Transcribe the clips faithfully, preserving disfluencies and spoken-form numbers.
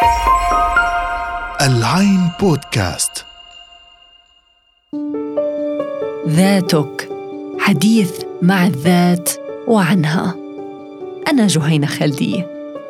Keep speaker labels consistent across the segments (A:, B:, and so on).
A: العين بودكاست.
B: ذاتك، حديث مع الذات وعنها. أنا جهينة خالدية.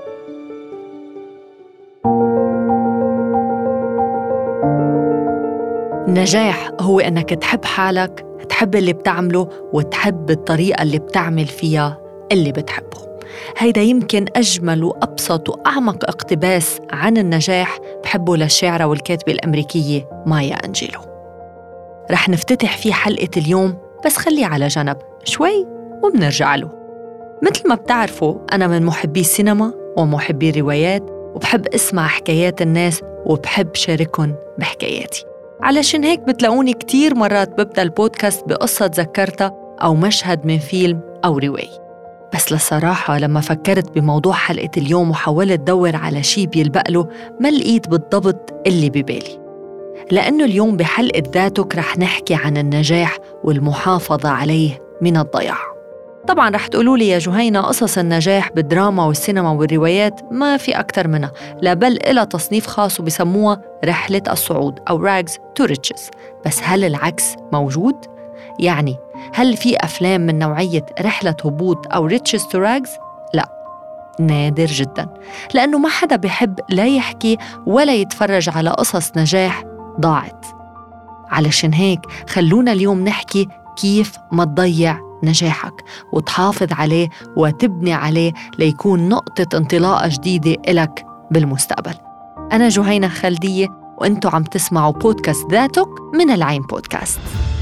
B: النجاح هو أنك تحب حالك، تحب اللي بتعمله، وتحب الطريقة اللي بتعمل فيها اللي بتحبه. هيدا يمكن أجمل وأبسط وأعمق اقتباس عن النجاح بحبه للشاعرة والكاتبة الأمريكية مايا أنجيلو. رح نفتتح فيه حلقة اليوم، بس خليه على جنب شوي وبنرجع له. مثل ما بتعرفوا أنا من محبي السينما ومحبي الروايات، وبحب أسمع حكايات الناس وبحب شاركهم بحكاياتي. علشان هيك بتلاقوني كتير مرات ببدأ البودكاست بقصة تذكرتها أو مشهد من فيلم أو رواية. بس للصراحة لما فكرت بموضوع حلقة اليوم وحاولت دور على شي بيلبق ما لقيت بالضبط اللي ببالي، لأنه اليوم بحلقة ذاتك رح نحكي عن النجاح والمحافظة عليه من الضياع. طبعاً رح تقولوا لي يا جهينة قصص النجاح بالدراما والسينما والروايات ما في أكتر منها، لا بل إلى تصنيف خاص وبسموها رحلة الصعود أو rags to riches. بس هل العكس موجود؟ يعني هل في أفلام من نوعية رحلة هبوط أو riches to rags؟ لا، نادر جداً، لأنه ما حدا بيحب لا يحكي ولا يتفرج على قصص نجاح ضاعت. علشان هيك خلونا اليوم نحكي كيف ما تضيع نجاحك وتحافظ عليه وتبني عليه ليكون نقطة انطلاقة جديدة إلك بالمستقبل. أنا جهينة خالدية، وأنتوا عم تسمعوا بودكاست ذاتك من العين بودكاست.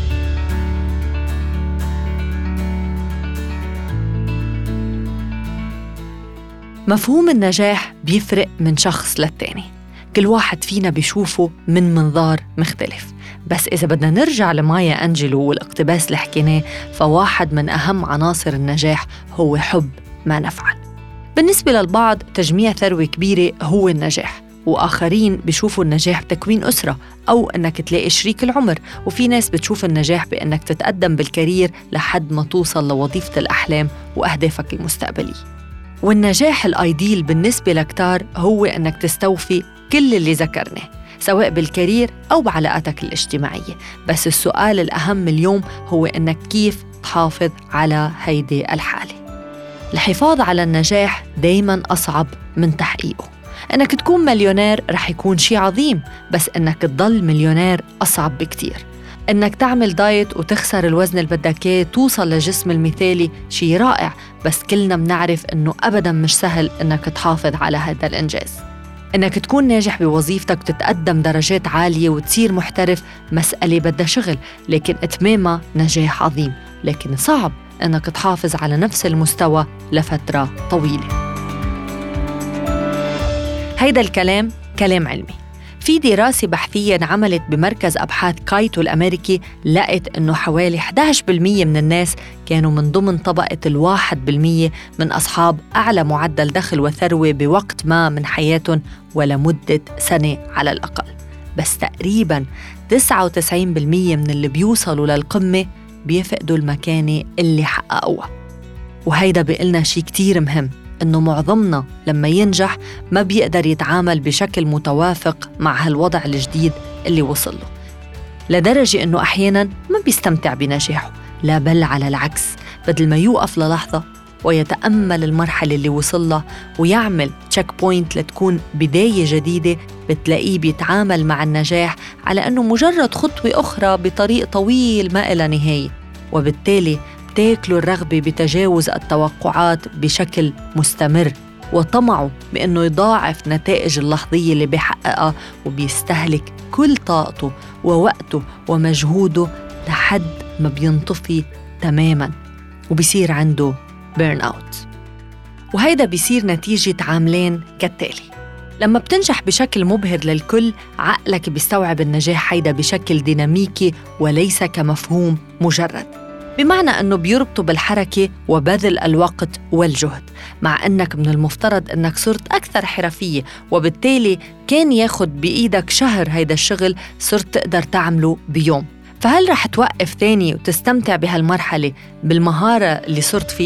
B: مفهوم النجاح بيفرق من شخص للتاني، كل واحد فينا بيشوفه من منظار مختلف. بس إذا بدنا نرجع لمايا أنجيلو والاقتباس اللي حكيناه، فواحد من أهم عناصر النجاح هو حب ما نفعل. بالنسبة للبعض تجميع ثروة كبيرة هو النجاح، وآخرين بيشوفوا النجاح بتكوين أسرة أو أنك تلاقي شريك العمر، وفي ناس بتشوف النجاح بأنك تتقدم بالكارير لحد ما توصل لوظيفة الأحلام وأهدافك المستقبلية. والنجاح الأيديل بالنسبة لكتار هو أنك تستوفي كل اللي ذكرناه، سواء بالكارير أو بعلاقاتك الاجتماعية. بس السؤال الأهم اليوم هو أنك كيف تحافظ على هيدي الحالة. الحفاظ على النجاح دايماً أصعب من تحقيقه. أنك تكون مليونير رح يكون شيء عظيم، بس أنك تضل مليونير أصعب بكتير. أنك تعمل دايت وتخسر الوزن اللي بدك إياه توصل للجسم المثالي شيء رائع، بس كلنا بنعرف أنه أبداً مش سهل أنك تحافظ على هذا الإنجاز. أنك تكون ناجح بوظيفتك وتتقدم درجات عالية وتصير محترف مسألة بدها شغل، لكن إتمامها نجاح عظيم، لكن صعب أنك تحافظ على نفس المستوى لفترة طويلة. هيدا الكلام كلام علمي. في دراسة بحثية عملت بمركز أبحاث كايتو الأمريكي لقت أنه حوالي إحدى عشر بالمية من الناس كانوا من ضمن طبقة الواحد بالمية من أصحاب أعلى معدل دخل وثروة بوقت ما من حياتهم ولمدة سنة على الأقل. بس تقريباً تسعة وتسعين بالمية من اللي بيوصلوا للقمة بيفقدوا المكانة اللي حققوها. وهيدا بيقلنا شي كتير مهم، إنه معظمنا لما ينجح ما بيقدر يتعامل بشكل متوافق مع هالوضع الجديد اللي وصل له، لدرجة إنه أحياناً ما بيستمتع بنجاحه، لا بل على العكس، بدل ما يوقف للحظة ويتأمل المرحلة اللي وصل لها ويعمل تشيك بوينت لتكون بداية جديدة، بتلاقيه بيتعامل مع النجاح على أنه مجرد خطوة أخرى بطريق طويل ما إلى نهاية، وبالتالي تاكلوا الرغبة بتجاوز التوقعات بشكل مستمر، وطمعوا بأنه يضاعف نتائج اللحظية اللي بيحققها، وبيستهلك كل طاقته ووقته ومجهوده لحد ما بينطفي تماماً وبيصير عنده بيرن أوت. وهيدا بيصير نتيجة عاملين كالتالي: لما بتنجح بشكل مبهر للكل، عقلك بيستوعب النجاح هيدا بشكل ديناميكي وليس كمفهوم مجرد، بمعنى أنه بيربطوا بالحركة وبذل الوقت والجهد، مع أنك من المفترض أنك صرت أكثر حرفية، وبالتالي كان ياخد بإيدك شهر هيدا الشغل صرت تقدر تعمله بيوم. فهل رح توقف تاني وتستمتع بهالمرحلة بالمهارة اللي صرت فيها؟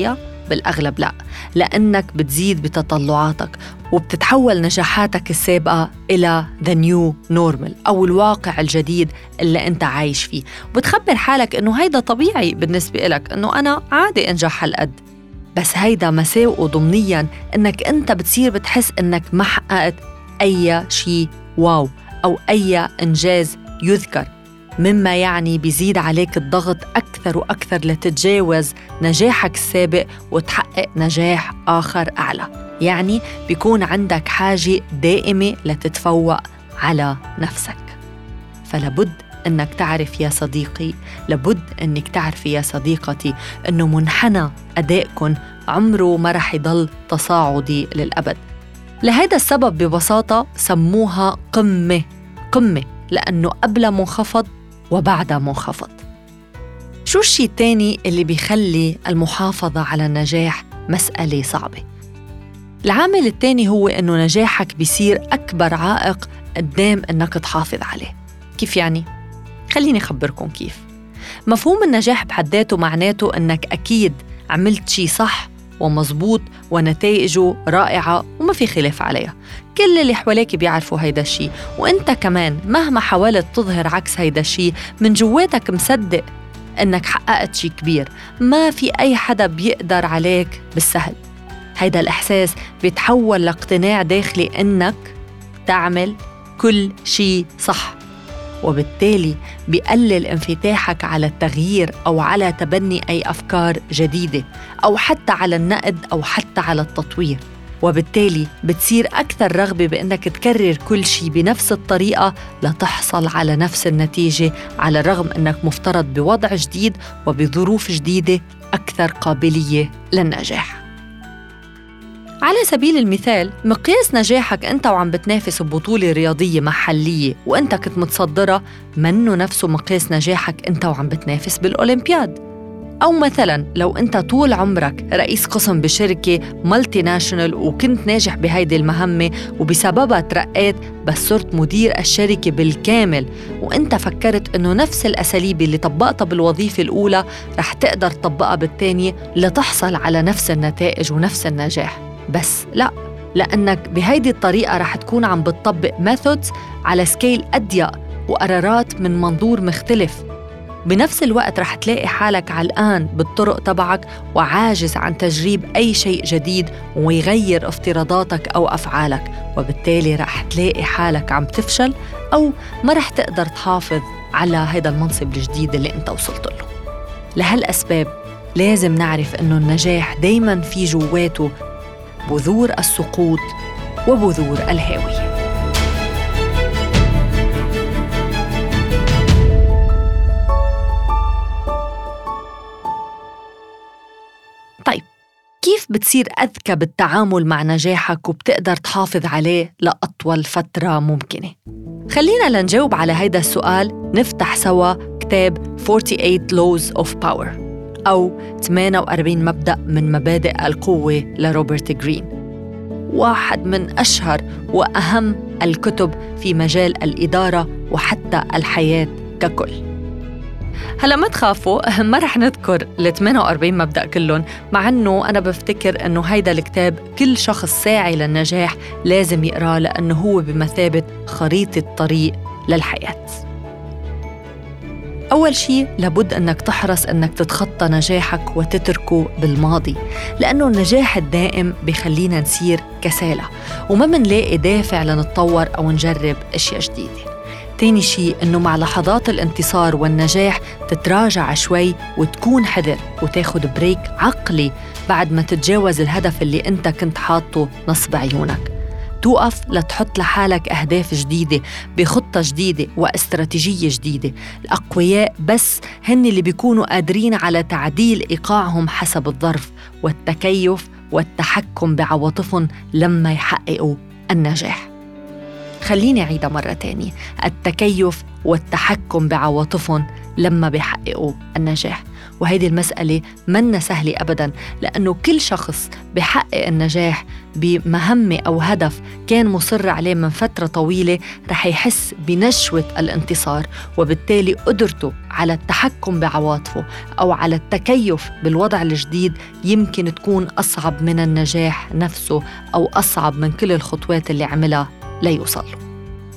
B: بالأغلب لا، لأنك بتزيد بتطلعاتك وبتتحول نجاحاتك السابقة إلى the new normal أو الواقع الجديد اللي أنت عايش فيه، وبتخبر حالك إنه هيدا طبيعي بالنسبة لك، إنه أنا عادي أنجح هالقد. بس هيدا مساوئه ضمنياً إنك أنت بتصير بتحس إنك ما حققت أي شيء واو أو أي إنجاز يذكر، مما يعني بيزيد عليك الضغط أكثر وأكثر لتتجاوز نجاحك السابق وتحقق نجاح آخر أعلى. يعني بيكون عندك حاجة دائمة لتتفوق على نفسك. فلابد أنك تعرف يا صديقي، لابد أنك تعرفي يا صديقتي، أنه منحنى أدائكم عمره ما رح يضل تصاعدي للأبد. لهذا السبب ببساطة سموها قمة قمة، لأنه قبل منخفض وبعد منخفض. شو الشيء التاني اللي بيخلي المحافظة على النجاح مسألة صعبة؟ العامل التاني هو أنه نجاحك بيصير أكبر عائق قدام أنك تحافظ عليه. كيف يعني؟ خليني أخبركم كيف. مفهوم النجاح بحد ذاته معناته أنك أكيد عملت شيء صح ومزبوط ونتائجه رائعة وما في خلاف عليها. كل اللي حواليك بيعرفوا هيدا الشيء، وانت كمان مهما حاولت تظهر عكس هيدا الشيء من جواتك مصدق انك حققت شيء كبير. ما في اي حدا بيقدر عليك بالسهل. هيدا الإحساس بيتحول لاقتناع داخلي انك تعمل كل شيء صح، وبالتالي بيقلل انفتاحك على التغيير أو على تبني أي أفكار جديدة أو حتى على النقد أو حتى على التطوير، وبالتالي بتصير أكثر رغبة بأنك تكرر كل شيء بنفس الطريقة لتحصل على نفس النتيجة، على الرغم أنك مفترض بوضع جديد وبظروف جديدة أكثر قابلية للنجاح. على سبيل المثال، مقياس نجاحك أنت وعم بتنافس ببطولة رياضية محلية وأنت كنت متصدرة منه نفسه مقياس نجاحك أنت وعم بتنافس بالأولمبياد. أو مثلاً لو أنت طول عمرك رئيس قسم بشركة مالتي ناشونال وكنت ناجح بهيدي المهمة وبسببها ترقيت بس صرت مدير الشركة بالكامل، وأنت فكرت أنه نفس الأساليب اللي طبقتها بالوظيفة الأولى رح تقدر تطبقها بالتانية لتحصل على نفس النتائج ونفس النجاح. بس لا، لأنك بهيدي الطريقة رح تكون عم بتطبق ميثودز على سكيل أضيق وقرارات من منظور مختلف. بنفس الوقت رح تلاقي حالك علقان بالطرق تبعك وعاجز عن تجريب أي شيء جديد ويغير افتراضاتك أو أفعالك، وبالتالي رح تلاقي حالك عم تفشل أو ما رح تقدر تحافظ على هذا المنصب الجديد اللي أنت وصلت له. لهالأسباب لازم نعرف أنه النجاح دايماً في جواته بذور السقوط وبذور الهاوية. طيب، كيف بتصير أذكى بالتعامل مع نجاحك وبتقدر تحافظ عليه لأطول فترة ممكنة؟ خلينا لنجاوب على هيدا السؤال نفتح سوا كتاب ثمانية وأربعين Laws of Power أو ثمانية وأربعين مبدأ من مبادئ القوة لروبرت غرين، واحد من أشهر وأهم الكتب في مجال الإدارة وحتى الحياة ككل. هلأ ما تخافوا، ما رح نذكر ال ثمانية وأربعين مبدأ كلهم، مع أنه أنا بفتكر أنه هيدا الكتاب كل شخص ساعي للنجاح لازم يقرأ، لأنه هو بمثابة خريطة طريق للحياة. أول شيء لابد أنك تحرص أنك تتخطى نجاحك وتتركه بالماضي، لأنه النجاح الدائم بيخلينا نسير كسالة وما منلاقي دافع لنتطور أو نجرب أشياء جديدة. تاني شيء أنه مع لحظات الانتصار والنجاح تتراجع شوي وتكون حذر وتاخد بريك عقلي بعد ما تتجاوز الهدف اللي أنت كنت حاطه نصب عيونك. توقف لتحط لحالك أهداف جديدة بخطة جديدة واستراتيجية جديدة. الأقوياء بس هن اللي بيكونوا قادرين على تعديل إيقاعهم حسب الظرف والتكيف والتحكم بعواطفهم لما يحققوا النجاح. خليني أعيدها مرة تانية، التكيف والتحكم بعواطفهم لما بيحققوا النجاح. وهيدي المسألة منا سهلة أبداً، لأنه كل شخص بحقق النجاح بمهمة أو هدف كان مصر عليه من فترة طويلة رح يحس بنشوة الانتصار، وبالتالي قدرته على التحكم بعواطفه أو على التكيف بالوضع الجديد يمكن تكون أصعب من النجاح نفسه، أو أصعب من كل الخطوات اللي عملها ليوصل له.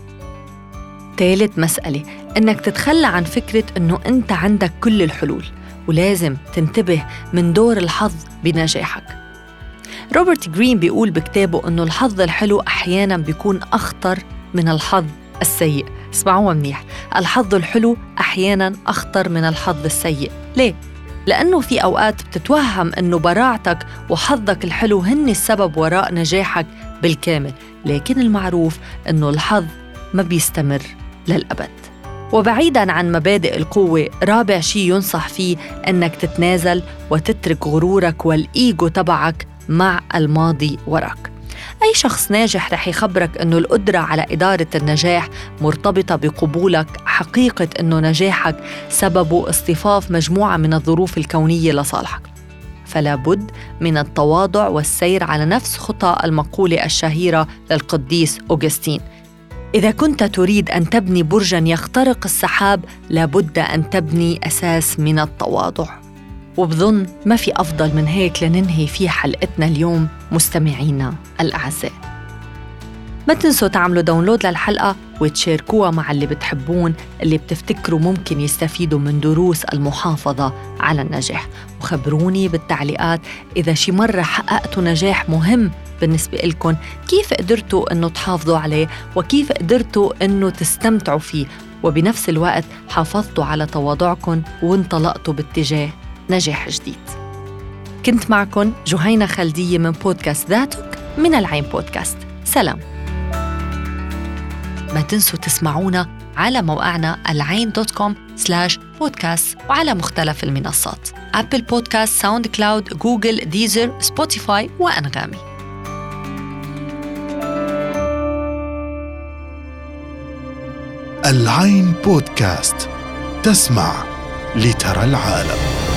B: ثالث مسألة، إنك تتخلى عن فكرة إنه أنت عندك كل الحلول، ولازم تنتبه من دور الحظ بنجاحك. روبرت جرين بيقول بكتابه إنه الحظ الحلو أحياناً بيكون أخطر من الحظ السيء. اسمعوها منيح، الحظ الحلو أحياناً أخطر من الحظ السيء. ليه؟ لأنه في أوقات بتتوهم إنه براعتك وحظك الحلو هن السبب وراء نجاحك بالكامل، لكن المعروف إنه الحظ ما بيستمر للأبد. وبعيداً عن مبادئ القوة، رابع شيء ينصح فيه أنك تتنازل وتترك غرورك والإيجو تبعك مع الماضي وراك. أي شخص ناجح رح يخبرك أنه القدرة على إدارة النجاح مرتبطة بقبولك حقيقة أنه نجاحك سببه اصطفاف مجموعة من الظروف الكونية لصالحك. فلا بد من التواضع والسير على نفس خطى المقولة الشهيرة للقديس أوغسطين: إذا كنت تريد أن تبني برجاً يخترق السحاب لابد أن تبني أساس من التواضع. وبظن ما في أفضل من هيك لننهي فيه حلقتنا اليوم مستمعينا الأعزاء. ما تنسوا تعملوا داونلود للحلقة وتشاركوها مع اللي بتحبون، اللي بتفتكروا ممكن يستفيدوا من دروس المحافظة على النجاح. وخبروني بالتعليقات إذا شي مرة حققتوا نجاح مهم بالنسبة لكم، كيف قدرتوا أنه تحافظوا عليه، وكيف قدرتوا أنه تستمتعوا فيه، وبنفس الوقت حافظتوا على تواضعكم وانطلقتوا باتجاه نجاح جديد. كنت معكم جهينة خلدية من بودكاست ذاتك من العين بودكاست. سلام. ما تنسوا تسمعونا على موقعنا العين دوت كوم سلاش بودكاست، وعلى مختلف المنصات: أبل بودكاست، ساوند كلاود، جوجل، ديزر، سبوتيفاي وأنغامي.
A: العين بودكاست، تسمع لترى العالم.